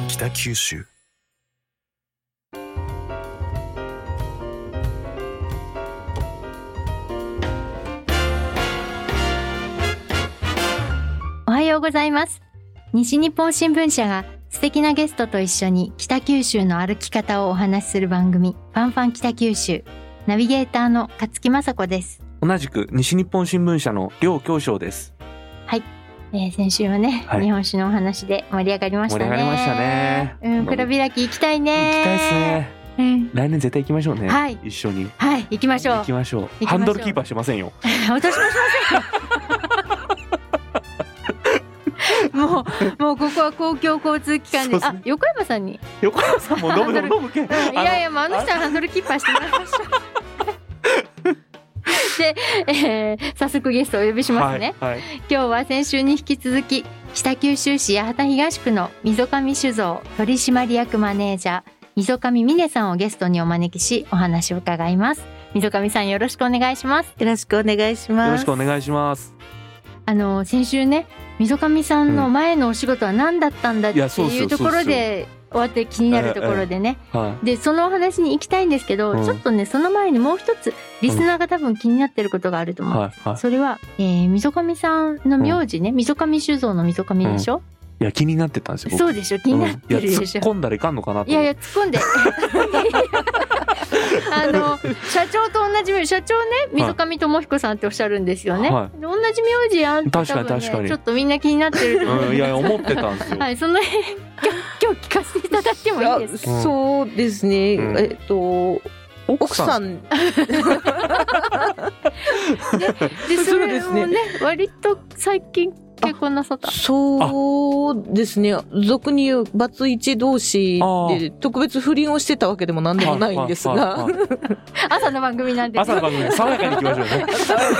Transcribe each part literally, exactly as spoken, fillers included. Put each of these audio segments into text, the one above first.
北九州。 おはようございます。西日本新聞社が素敵なゲストと一緒に北九州の歩き方をお話しする番組、ファンファン北九州。ナビゲーターの勝木雅子です。 同じく西日本新聞社の両教授です。 はい、えー、先週はね、はい、日本酒のお話で盛り上がりましたね。 盛り上がりましたね。 うん、蔵開き行きたいね。 行きたいですね、うん、来年絶対行きましょうね、 はい、 一緒に。 はい、行きましょう行きましょう。ハンドルキーパーしてませんよ私もしませんよもう、もうここは公共交通機関で、あ、横山さんに横山さんも飲む飲むけ、うん、いやいや、もうあの人はハンドルキーパーしてもらいましょうで、えー、早速ゲストをお呼びしますね、はいはい、今日は先週に引き続き北九州市八幡東区の溝上酒造取締役マネージャー溝上美音さんをゲストにお招きしお話を伺います。溝上さん、よろしくお願いします。 よろしくお願いします。 よろしくお願いします。 あの先週ね、溝上さんの前のお仕事は何だったんだっていうところで終わって気になるところでね、ええはい、でそのお話に行きたいんですけど、うん、ちょっとねその前にもう一つリスナーが多分気になってることがあると思うんです、うんはいはい、それは、えー、溝上さんの名字ね、うん、溝上酒造の溝上でしょ、うん、 いや気になってたんですよ。 そうでしょ、気になってるでしょ、うん、いや突っ込んだらいかんのかなと。 いやいや突っ込んであの社長と同じ名字、社長ね溝上智彦さんっておっしゃるんですよね、はい、同じ名字やんって多分、ね、確かに確かにちょっとみんな気になってると思う、 うん、いや思ってたんですよはい、 その辺今日聞かせていただいてもいいですか。 うん、そうですね、うん、えっと奥さんで, でそれもね割と最近結婚なさった。 そうですね、俗に言うバツイチ同士で特別不倫をしてたわけでも何でもないんですが朝の番組なんで、 朝の番組で爽やかに行きましょうね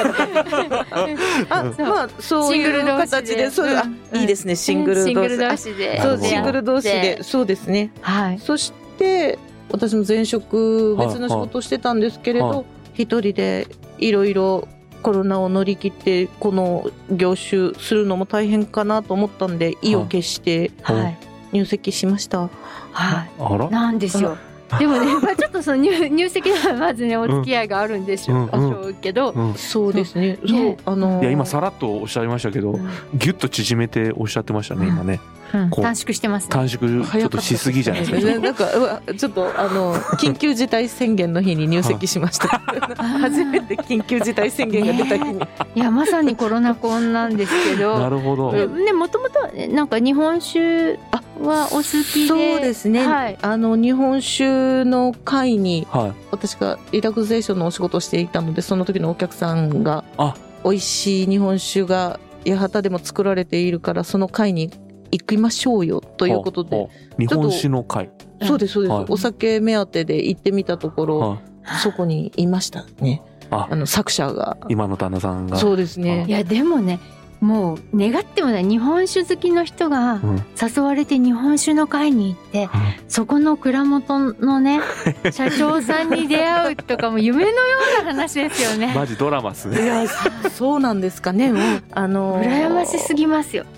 あ、まあそういう形で、そう、あ、いいですね、シングル同士で、そう、シングル同士で、そうですね、はい、そして私も前職別の仕事をしてたんですけれど、一人でいろいろコロナを乗り切ってこの業種するのも大変かなと思ったんで意を決して入籍しました、はいはい、あらなんですよ。でもね、まあ、ちょっとその 入, 入籍はまずねお付き合いがあるんでしょう、うんうん、けど、 うん、そうですね、そう、あのー、 いや今さらっとおっしゃいましたけど、うん、ギュッと縮めておっしゃってましたね、うん、今ね、 うん、短縮してますね。 短縮ちょっとしすぎじゃないですか。 なんかちょっとあの緊急事態宣言の日に入籍しました初めて緊急事態宣言が出た日に、ね、 いやまさにコロナ婚なんですけどなるほどね、もともとなんか日本酒はお好きで。 そうですね、はい、あの日本酒の会に、はい、私がリラクゼーションのお仕事をしていたので、その時のお客さんが美味しい日本酒が八幡でも作られているからその会に行きましょうよということで、 日本酒の会、 そうですそうです、はい、お酒目当てで行ってみたところ、はい、そこにいましたね、ああの作者が、今の旦那さんが。 そうですね。 いやでもね、もう願ってもない日本酒好きの人が誘われて日本酒の会に行って、うん、そこの蔵元のね社長さんに出会うとかも夢のような話ですよね。 マジドラマっすね。 いやそうなんですかね。もうあのー、 羨ましすぎますよ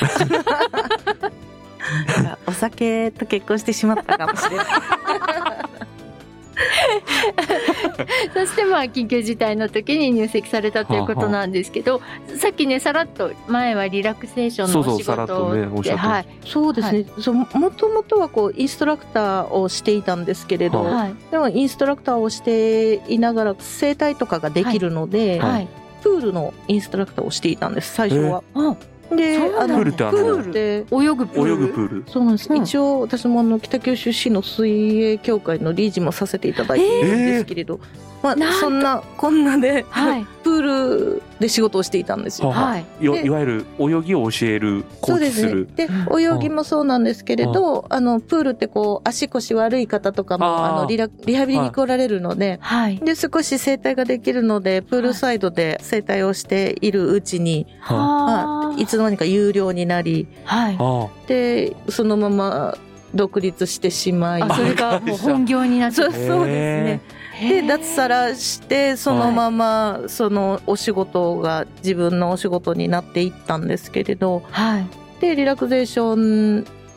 お酒と結婚してしまったかもしれないそしてまあ緊急事態の時に入籍されたということなんですけど、はあはあ、さっきねさらっと前はリラクゼーションのお仕事で、はい、 そうですね、はい、そうもともとはこうインストラクターをしていたんですけれど、はい、でもインストラクターをしていながら整体とかができるので、はいはい、プールのインストラクターをしていたんです最初は。えーで、 あのプールってあのプールって泳ぐプール、 泳ぐプール、 そうなんです、うん、一応私もあの北九州市の水泳協会の理事もさせていただいているんですけれど、えー、まあ、そんなこんなで、はい、プールで仕事をしていたんですよ、 はい、い, いわゆる泳ぎを教えるコーチする。 そうですね、で泳ぎもそうなんですけれど、うん、あのプールってこう足腰悪い方とかもあの リ, ラリハビリに来られるので、はい、で少し整体ができるのでプールサイドで整体をしているうちに、はいまあ、いつの間にか有料になり、はい、でそのまま独立してしまい、 あそれがもう本業になってそうそうですね。で脱サラしてそのままそのお仕事が自分のお仕事になっていったんですけれど、はい、でリラクゼーション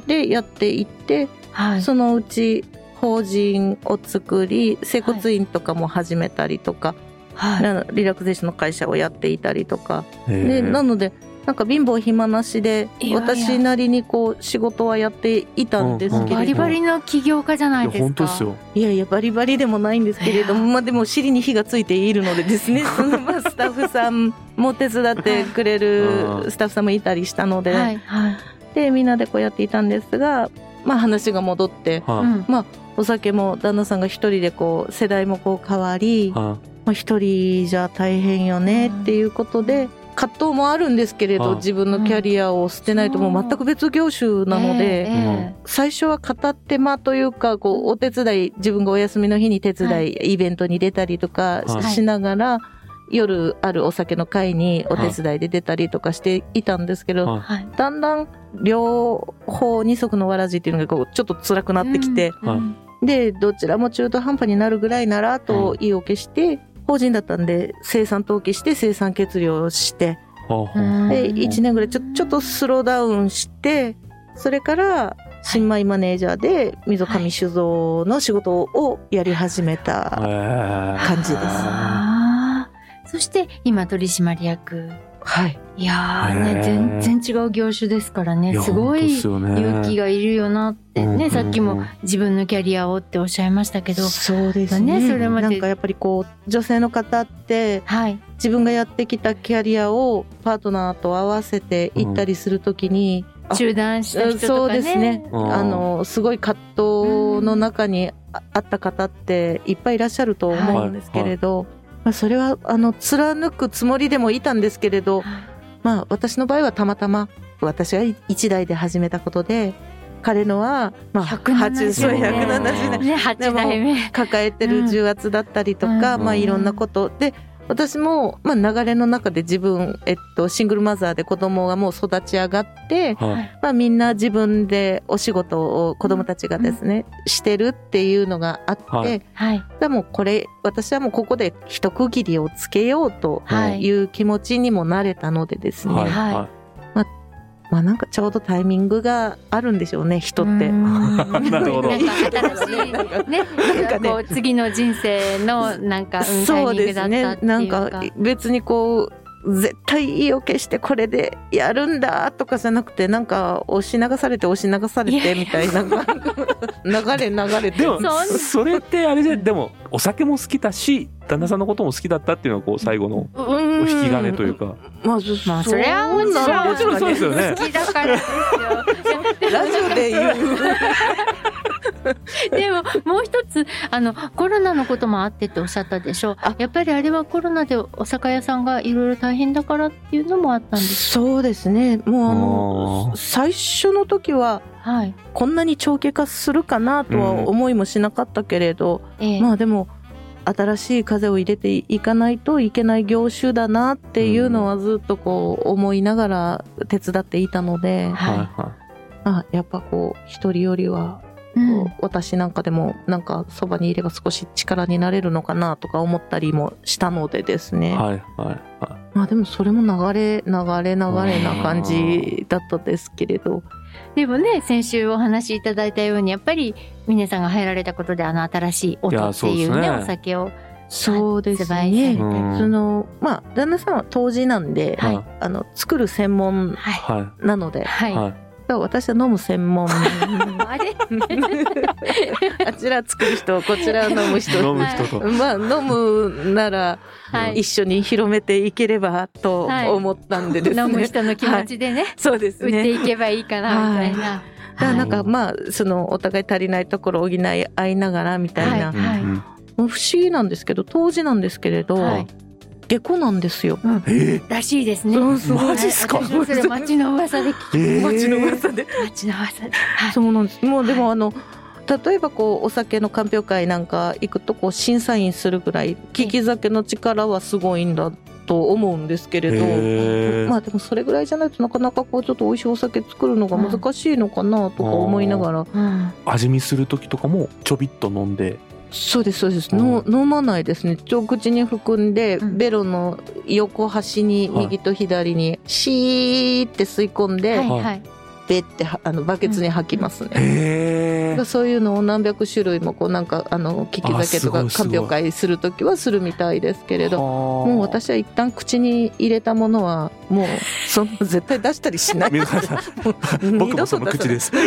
でやっていって、 はい、 そのうち法人を作り整骨院とかも始めたりとか、はい、リラクゼーションの会社をやっていたりとかで、なのでなんか貧乏暇なしで私なりにこう仕事はやっていたんですけれど、 バリバリの起業家じゃないですか。 いや本当ですよ。 いやいやバリバリでもないんですけれども、まあでも尻に火がついているのでですねそのまあスタッフさんも手伝ってくれるスタッフさんもいたりしたので、はいはい、でみんなでこうやっていたんですが、まあ話が戻って、はい、まあお酒も旦那さんが一人でこう世代もこう変わり、はい、まあ一人じゃ大変よねっていうことで、うん、葛藤もあるんですけれど、はい、自分のキャリアを捨てないともう全く別業種なので、うんえー、最初は片手間というかこうお手伝い自分がお休みの日に手伝い、はい、イベントに出たりとかしながら、はい、夜あるお酒の会にお手伝いで出たりとかしていたんですけど、はい、だんだん両方二足のわらじっていうのがこうちょっと辛くなってきて、うん、でどちらも中途半端になるぐらいならと言い訳して、うん、法人だったんで生産登記して生産血量をして、でいちねんぐらいちょ、ちょっとスローダウンして、それから新米マネージャーで溝上酒造の仕事をやり始めた感じです、 はい、そして今取締役、はい、いやーね全然違う業種ですからね、すごい勇気がいるよなってね、さっきも自分のキャリアをっておっしゃいましたけど、 そうですね、それまでなんかやっぱりこう女性の方って、はい、自分がやってきたキャリアをパートナーと合わせていったりするときに、 うん、中断した人とかね、 そうですね、あのすごい葛藤の中にあった方っていっぱいいらっしゃると思うんですけれど、はいはい、まあ、それはあの貫くつもりでもいたんですけれど、はい、まあ私の場合はたまたま私が一代で始めたことで、彼のはまあひゃくななじゅうねん、はち代目抱えてる重圧だったりとか、うん、まあいろんなことで、私もまあ流れの中で自分、えっと、シングルマザーで子供がもう育ち上がって、はい、まあ、みんな自分でお仕事を子供たちがですね、うん、してるっていうのがあって、はい、でもこれ私はもうここで一区切りをつけようという気持ちにもなれたのでですね、はいはい、まあまあ、なんかちょうどタイミングがあるんでしょうね、人って。 なるほど。 なんか新しいね、なんかね、こう次の人生のなんか、うん、タイミングだったっていうか。そうですね。なんか別にこう絶対言い訳してこれでやるんだとかじゃなくて、なんか押し流されて押し流されてみたいな流れ流れて。 でもそれってあれで、でもお酒も好きだし旦那さんのことも好きだったっていうのはこう最後の引き金というか、 まあ、まあそれはもちろん、 もちろんそうですよね。 好きだからですよ。 ラジオで言う。 でももう一つ、あのコロナのこともあってっておっしゃったでしょ。やっぱりあれはコロナでお酒屋さんがいろいろ大変だからっていうのもあったんですか？ そうですね。もうあの最初の時は、はい、こんなに長期化するかなとは思いもしなかったけれど、うん、まあでも新しい風を入れていかないといけない業種だなっていうのはずっとこう思いながら手伝っていたので、はい、あ、やっぱこう一人よりは、うん、私なんかでもなんかそばにいれば少し力になれるのかなとか思ったりもしたのでですね、はいはいはい、まあでもそれも流れ流れ流れな感じだったですけれど、 でもね、先週お話しいただいたようにやっぱり峰さんが入られたことであの新しい音っていうね、いねお酒をそうですね、うん、そのまあ旦那さんは杜氏なんで、はい、あの作る専門なので、はいはい、私は飲む専門あれあちら作る人、こちら飲む人、 飲む人と、 まあ飲むなら一緒に広めていければと思ったんでですね、 はい、飲む人の気持ちでね、はい、 そうですね、 売っていけばいいかなみたいな、はい、だからなんかまあそのお互い足りないところを補い合いながらみたいな、はいはい、不思議なんですけど杜氏なんですけれど、はい、下戸なんですよ、うん、 えー、らしいですね。 そうそう、 マジっすか。 それ町の噂で聞き、 えー、町の噂で町の噂で、 はい、そうなんです。もうでもあの例えばこうお酒の鑑評会なんか行くとこう審査員するぐらい利き酒の力はすごいんだと思うんですけれど、まあでもそれぐらいじゃないとなかなかこうちょっと美味しいお酒作るのが難しいのかなとか思いながら、うん、 味見する時とかもちょびっと飲んで。 そうですそうです、の飲まないですね。ちょ口に含んで、うん、ベロの横端に右と左にシーって吸い込んで、はいはい、 ベってあのバケツに吐きますね、 うん、へー。 そういうのを何百種類もこうなんかあの利き酒とか鑑評会するときはするみたいですけれど、もう私は一旦口に入れたものはもうその絶対出したりしない僕もその口です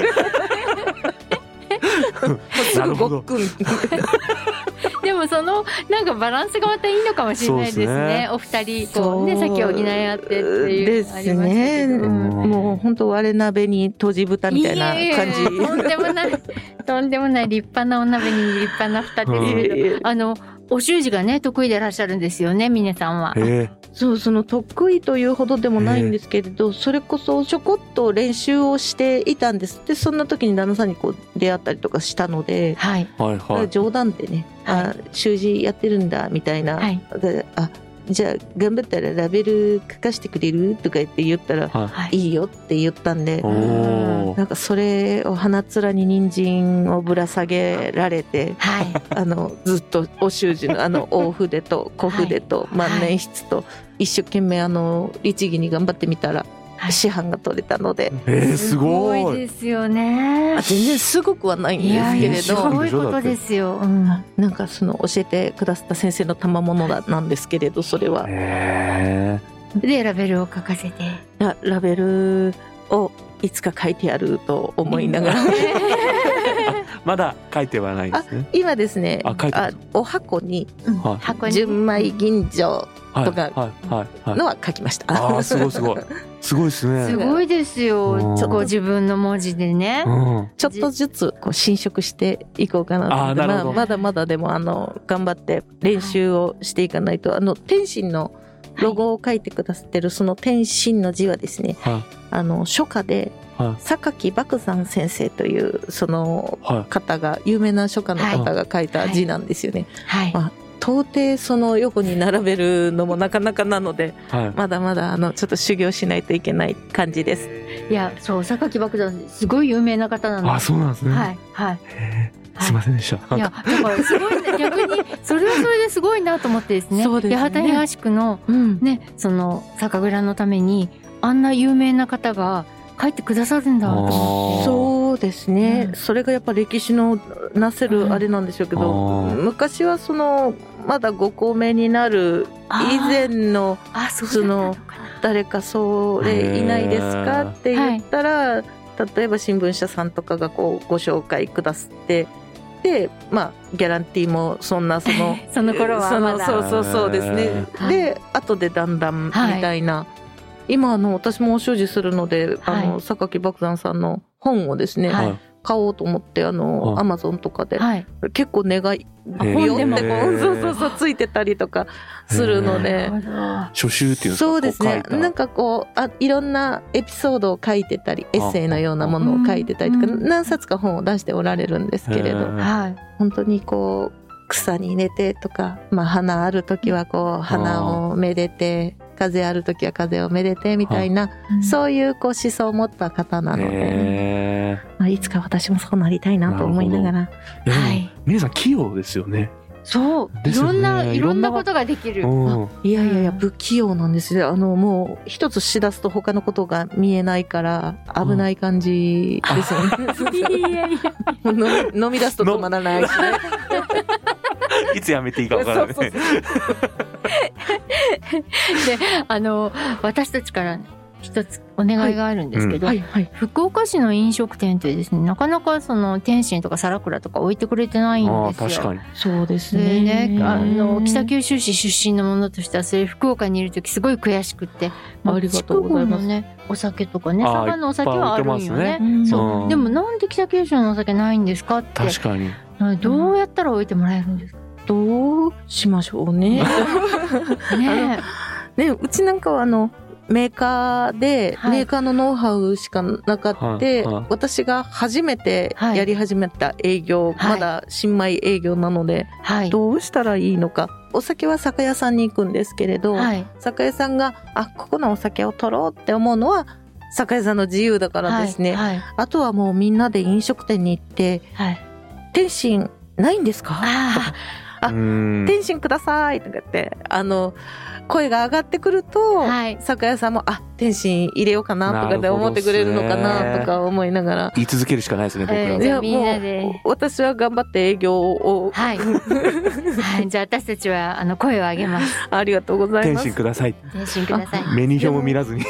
なるほどでもそのなんかバランスがまたいいのかもしれないですね。すねお二人こうね、さっき補い合ってっていうですね、うん、もう本当割れ鍋にとじ豚みたいな感じ。いやいやとんでもないとんでもない立派なお鍋に立派な二手ですけど、あのお習字がね得意でいらっしゃるんですよね、峰さんは。 そうその得意というほどでもないんですけれど、それこそちょこっと練習をしていたんです。でそんな時に旦那さんにこう出会ったりとかしたので、 はい、 冗談でね、はい、あ習字やってるんだみたいな、はい、であじゃあ頑張ったらラベル書かしてくれるとか言って言ったら、はい、いいよって言ったんで、なんかそれを鼻面に人参をぶら下げられて、はい、あのずっとお習字のあの大筆と小筆と万年筆と一生懸命あの律儀に頑張ってみたら師範が取れたので、 えー、すごい。 すごいですよね。 全然すごくはないんですけれど、いやいやすごいことですよ、うん、 なんかその教えてくださった先生の賜物なんですけれど、それは、 えー、でラベルを書かせてラ, ラベルをいつか書いてやると思いながらまだ書いてはないですね。 今ですね、 あ書いてあお箱に、 うん、箱に純米吟醸とかのは書きました。 あすごいすごいすごいですね。 すごいですよ。ちょっと自分の文字でね、うん、 ちょっとずつこう侵食していこうかなと思って、まあ、まだまだでもあの頑張って練習をしていかないと、あの天心のロゴを書いてくださってるその天心の字はですね、はい、あの書家で榊莫山先生というその方が、有名な書家の方が書いた字なんですよね。はいはい、まあ到底その横に並べるのもなかなかなので、はい、まだまだあのちょっと修行しないといけない感じです。 いやそう榊莫山すごい有名な方なので。 あそうなんですね。 はいはい。 すいませんでした。 いやだからすごい、ね、逆にそれはそれですごいなと思ってですね。そうですね。八幡東区の、うん、ねその酒蔵のためにあんな有名な方が書いてくださるんだと思って。 そうですね、うん、それがやっぱ歴史のなせるあれなんでしょうけど、うん、昔はそのまだごこめになる以前のその誰かそれいないですかって言ったら、はい、例えば新聞社さんとかがこうご紹介くださって、でまあギャランティーもそんなそのその頃はまだそうそうそうですね、はい、で後でだんだんみたいな、はい、今あの私もお習字するので、はい、あの榊莫山さんの本をですね、はい、買おうと思ってあの、はい、アマゾンとかで、はい、結構願い本でもそうそうそうついてたりとかするので、 書集っていうんですか。 そうですね、なんかこうあいろんなエピソードを書いてたりエッセイのようなものを書いてたりとか、何冊か本を出しておられるんですけれど、はい、本当にこう草に寝てとか、まあ、花ある時はこう花をめでて、風ある時は風をめでてみたいな、そういうこう思想を持った方なので、まあ、いつか私もそうなりたいなと思いながら。 はい、皆さん器用ですよね。 そう、いろんな、いろんなことができる。 いやいやいや、不器用なんですよ。あの、もう、一つしだすと他のことが見えないから、危ない感じですよね。いやいや飲み出すと止まらないしね。 いつやめていいか分からない。で、 あの、私たちから一つお願いがあるんですけど、はいはいはい、福岡市の飲食店ってですね、なかなかその天津とか皿倉とか置いてくれてないんですよ。 あ、確かに。 そうですね。 でね、あの北九州市出身のものとしてはそれ福岡にいるときすごい悔しくって、 まあ、ありがとうございます。 ね、お酒とかね、佐賀のお酒はあるんよね。ね、そう。でもなんで北九州のお酒ないんですかって。 確かに。 どうやったら置いてもらえるんですか。 どうしましょうね。ねね、うちなんかはあのメーカーで、はい、メーカーのノウハウしかなかった、はいはい、私が初めてやり始めた営業、はい、まだ新米営業なので、はい、どうしたらいいのか。お酒は酒屋さんに行くんですけれど、はい、酒屋さんがあここのお酒を取ろうって思うのは酒屋さんの自由だからですね、はいはい、あとはもうみんなで飲食店に行って、はい、天津ないんですかああ、天津くださいとか言って、あの、声が上がってくると、はい、酒屋さんも、あ、 天津入れようかなとかで思ってくれるのかなとか思いながら。 言い続けるしかないですね、僕らは。 えー、じゃあみんなで。 私は頑張って営業を。 はい。はい、じゃあ私たちはあの声を上げます。 ありがとうございます。 天津ください。 天津ください。 メニュー表も見らずに。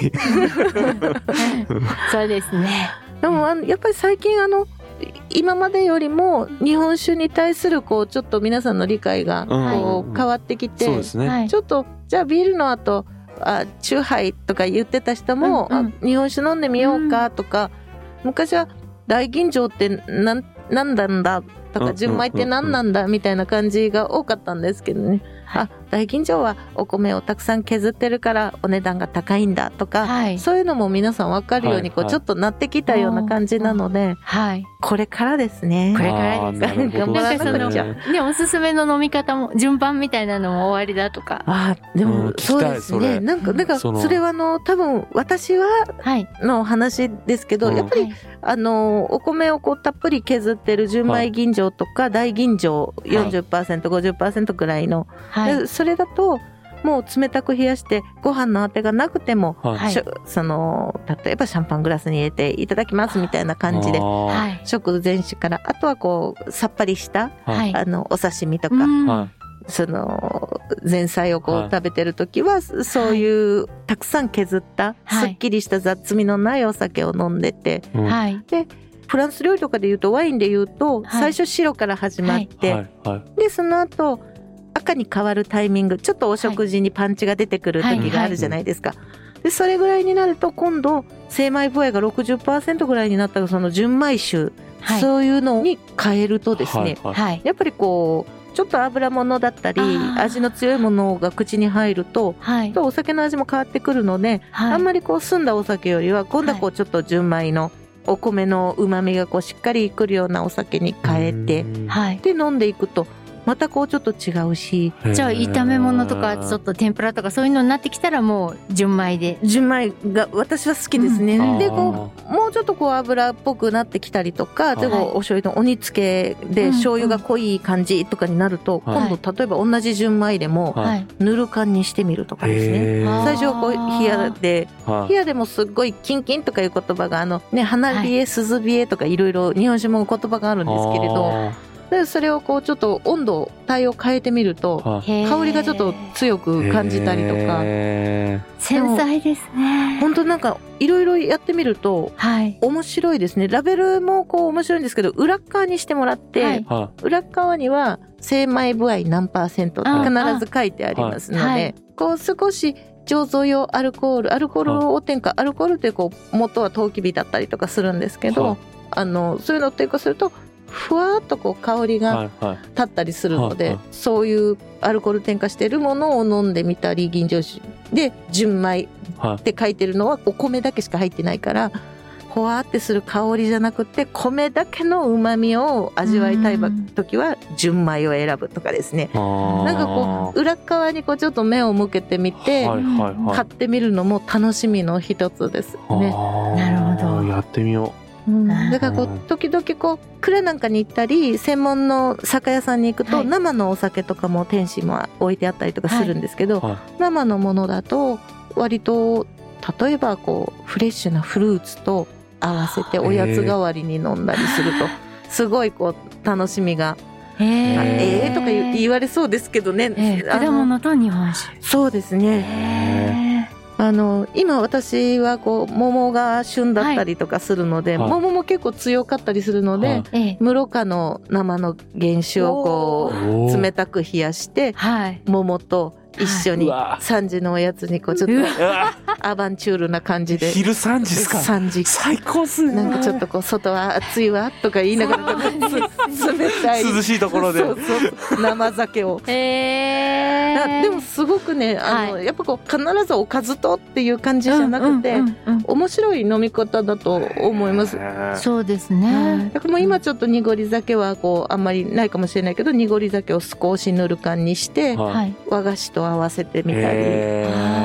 そうですね。 でもあのやっぱり最近あの今までよりも日本酒に対するこうちょっと皆さんの理解がこう変わってきて、 そうですね。 ちょっとじゃあビールの後あチューハイとか言ってた人も、うんうん、あ日本酒飲んでみようかとか、うん、昔は大吟醸ってなんなんなんだとか純米って何なんだみたいな感じが多かったんですけどね、はい、あ大吟醸はお米をたくさん削ってるからお値段が高いんだとか、はい、そういうのも皆さん分かるようにこうちょっとなってきたような感じなので、はい、これからですね。 これからですね。頑張らなくちゃ。ね、おすすめの飲み方も順番みたいなのも終わりだとか。 あでも、うん、そうですね。なんかだからそれはあの多分私はの話ですけど、はい、やっぱり、はい、あのお米をこうたっぷり削ってる純米吟醸とか大吟醸 よんじゅっパーセント、はい、ごじゅっパーセント くらいの、はい、それだともう冷たく冷やしてご飯のあてがなくても、はい、その例えばシャンパングラスに入れていただきますみたいな感じで、はい、食前酒からあとはこうさっぱりした、はい、あのお刺身とか、はい、その前菜をこう、はい、食べてる時はそういうたくさん削った、はい、すっきりした雑味のないお酒を飲んでて、はい、でフランス料理とかでいうとワインでいうと、はい、最初白から始まって、はいはい、でその後赤に変わるタイミングちょっとお食事にパンチが出てくる時があるじゃないですか、はいはいはい、でそれぐらいになると今度精米部合が ろくじゅっパーセント ぐらいになったその純米酒、はい、そういうのに変えるとですね、はいはい、やっぱりこうちょっと油物だったり味の強いものが口に入ると、はい、お酒の味も変わってくるので、はい、あんまりこう澄んだお酒よりは今度はこうちょっと純米のお米の旨味がこうしっかりくるようなお酒に変えて、はい、で飲んでいくとまたこうちょっと違うし、 じゃあ炒め物とかちょっと天ぷらとかそういうのになってきたらもう純米で純米が私は好きですね、うん、でこうもうちょっとこう油っぽくなってきたりとかでもお醤油の鬼付けで醤油が濃い感じとかになると、うんうん、今度例えば同じ純米でもぬる燗にしてみるとかですね、最初はこう冷やで冷やでもすっごいキンキンとかいう言葉があのね花冷え鈴冷えとかいろいろ日本酒も言葉があるんですけれど、でそれをこうちょっと温度帯を変えてみると香りがちょっと強く感じたりとか、 繊細ですね。 本当なんかいろいろやってみると面白いですね。ラベルもこう面白いんですけど裏側にしてもらって、はい、裏側には精米部合何パーセントって必ず書いてありますので、はい、こう少し醸造用アルコールアルコールを添加、アルコールってこう元はトウキビだったりとかするんですけど、あのそういうのを添加するとふわっとこう香りが立ったりするので、はいはい、そういうアルコール添加しているものを飲んでみたり吟醸酒で純米って書いてるのはお米だけしか入ってないからほわってする香りじゃなくて米だけの旨味を味わいたい時は純米を選ぶとかですね、なんかこう裏側にこうちょっと目を向けてみて、はいはいはい、買ってみるのも楽しみの一つですね。 なるほど、 やってみよう。 うん、だからこう時々こう蔵なんかに行ったり専門の酒屋さんに行くと、はい、生のお酒とかも天使も置いてあったりとかするんですけど、はいはい、生のものだと割と例えばこうフレッシュなフルーツと合わせておやつ代わりに飲んだりするとすごいこう楽しみがえー、えーとか言われそうですけどね、 えー、果物と日本酒そうですね、えーあの今私はこう桃が旬だったりとかするので、はい、桃も結構強かったりするので、はい、室賀の生の原酒をこう冷たく冷やして、はい、桃と一緒にさんじのおやつにこうちょっとアバンチュールな感じで昼さんじですか。 さんじ最高っすね。 なんかちょっとこう外は暑いわとか言いながら冷たい涼しいところでそうそう生酒をへーでもすごくねあの、はい、やっぱこう必ずおかずとっていう感じじゃなくて、うんうんうんうん、面白い飲み方だと思います。 そうですね。 だからもう今ちょっと濁り酒はこうあんまりないかもしれないけど濁り酒を少しぬる燗にして、はい、和菓子と合わせてみたり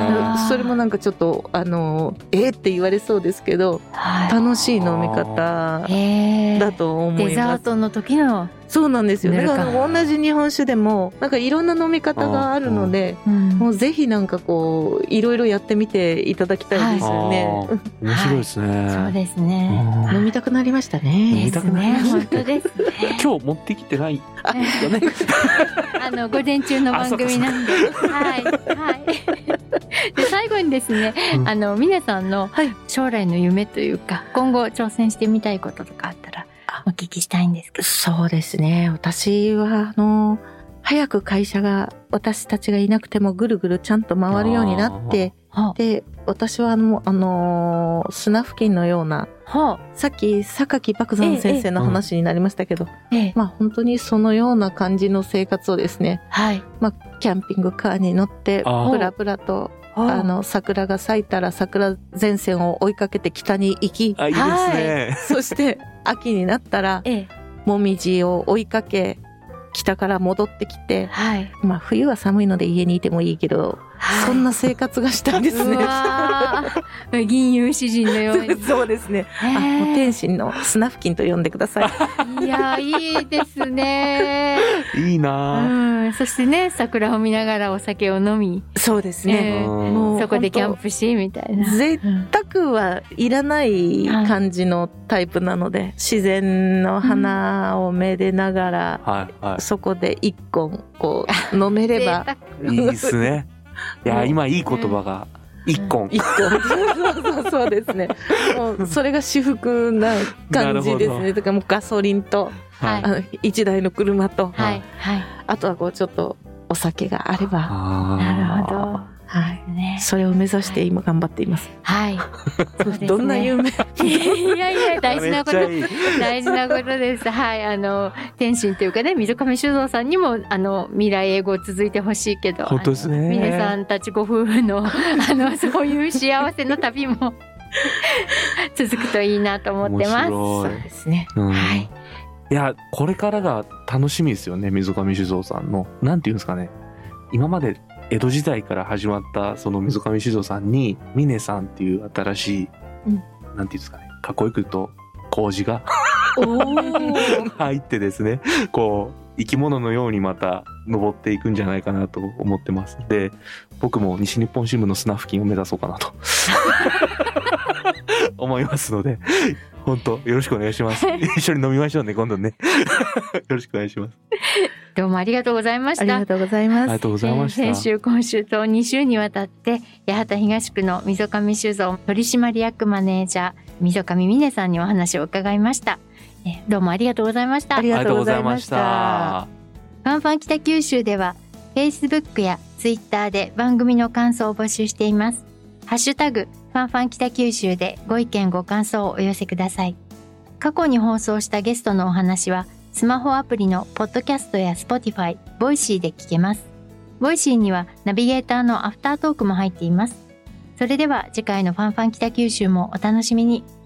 それもなんかちょっとあのえーって言われそうですけど、はい、楽しい飲み方だと思います。 デザートの時のそうなんですよ。だから同じ日本酒でもなんかいろんな飲み方があるので、うん、もうぜひなんかこういろいろやってみていただきたいですよね。 はい、面白いですね、 はい、そうですね。 飲みたくなりましたね。 飲みたくなりました。本当ですね。 今日持ってきてないですかね。 あの午前中の番組なんで、はいはい。で最後にですね、うん、あの峰さんの将来の夢というか、今後挑戦してみたいこととかあったらお聞きしたいんですけど。 そうですね。私はあの早く会社が私たちがいなくてもぐるぐるちゃんと回るようになって、で私はあの、あのー、スナフキンのような、はあ、さっき榊漠山先生の話になりましたけど、ええええ、まあ本当にそのような感じの生活をですね、はい、まあキャンピングカーに乗ってプラプラとあの桜が咲いたら桜前線を追いかけて北に行き、 あ、いいですね。 そして秋になったら、ええ、もみじを追いかけ北から戻ってきて、はい、まあ冬は寒いので家にいてもいいけど、はい、そんな生活がしたいですね。 銀融詩人のように。 そうですね。あ、もう天心のスナフキンと呼んでください。いや、いいですね。 いいな、 うん。そしてね、桜を見ながらお酒を飲み。 そうですね。 えー、もうそこでキャンプしみたいな。 贅沢はいらない感じのタイプなので、はい、自然の花をめでながら、うんはいはい、そこで一本こう飲めればいいですね。いや、今いい言葉が一本、 一本そうそうそうですね。もうそれが至福な感じですね。だからもうガソリンと、はい、あの一台の車と、はいはい、あとはこうちょっとお酒があれば、 なるほど。 はいね、それを目指して今頑張っています。 はい。 はい、どんな夢？いやいや大事なこといい大事なことです。はい、あの天心というかね、溝上酒造さんにもあの未来永劫続いてほしいけど、 本当ですね。 皆さんたちご夫婦のあのそういう幸せの旅も続くといいなと思ってます。 そうですね。 うん、はい。いや、これからが楽しみですよね。溝上酒造さんのなんていうんですかね。今まで江戸時代から始まったその溝上酒造さんに峰さんっていう新しい、うん、なんていうんですかね、かっこよく言うと麹が入ってですね、こう生き物のようにまた登っていくんじゃないかなと思ってます。で、僕も西日本新聞のスナフキンを目指そうかなと思いますので、本当よろしくお願いします。一緒に飲みましょうね、今度ね。よろしくお願いします。 どうもありがとうございました。 ありがとうございます。 ありがとうございました。 先週今週とに週にわたって八幡東区の溝上酒造取締役マネージャー溝上峰さんにお話を伺いました。どうもありがとうございました。 ありがとうございました。 ファンファン北九州では Facebook や Twitter で番組の感想を募集しています。ハッシュタグファンファン北九州でご意見ご感想をお寄せください。過去に放送したゲストのお話はスマホアプリのポッドキャストや Spotify、ボイシーで聞けます。ボイシーにはナビゲーターのアフタートークも入っています。それでは次回のファンファン北九州もお楽しみに。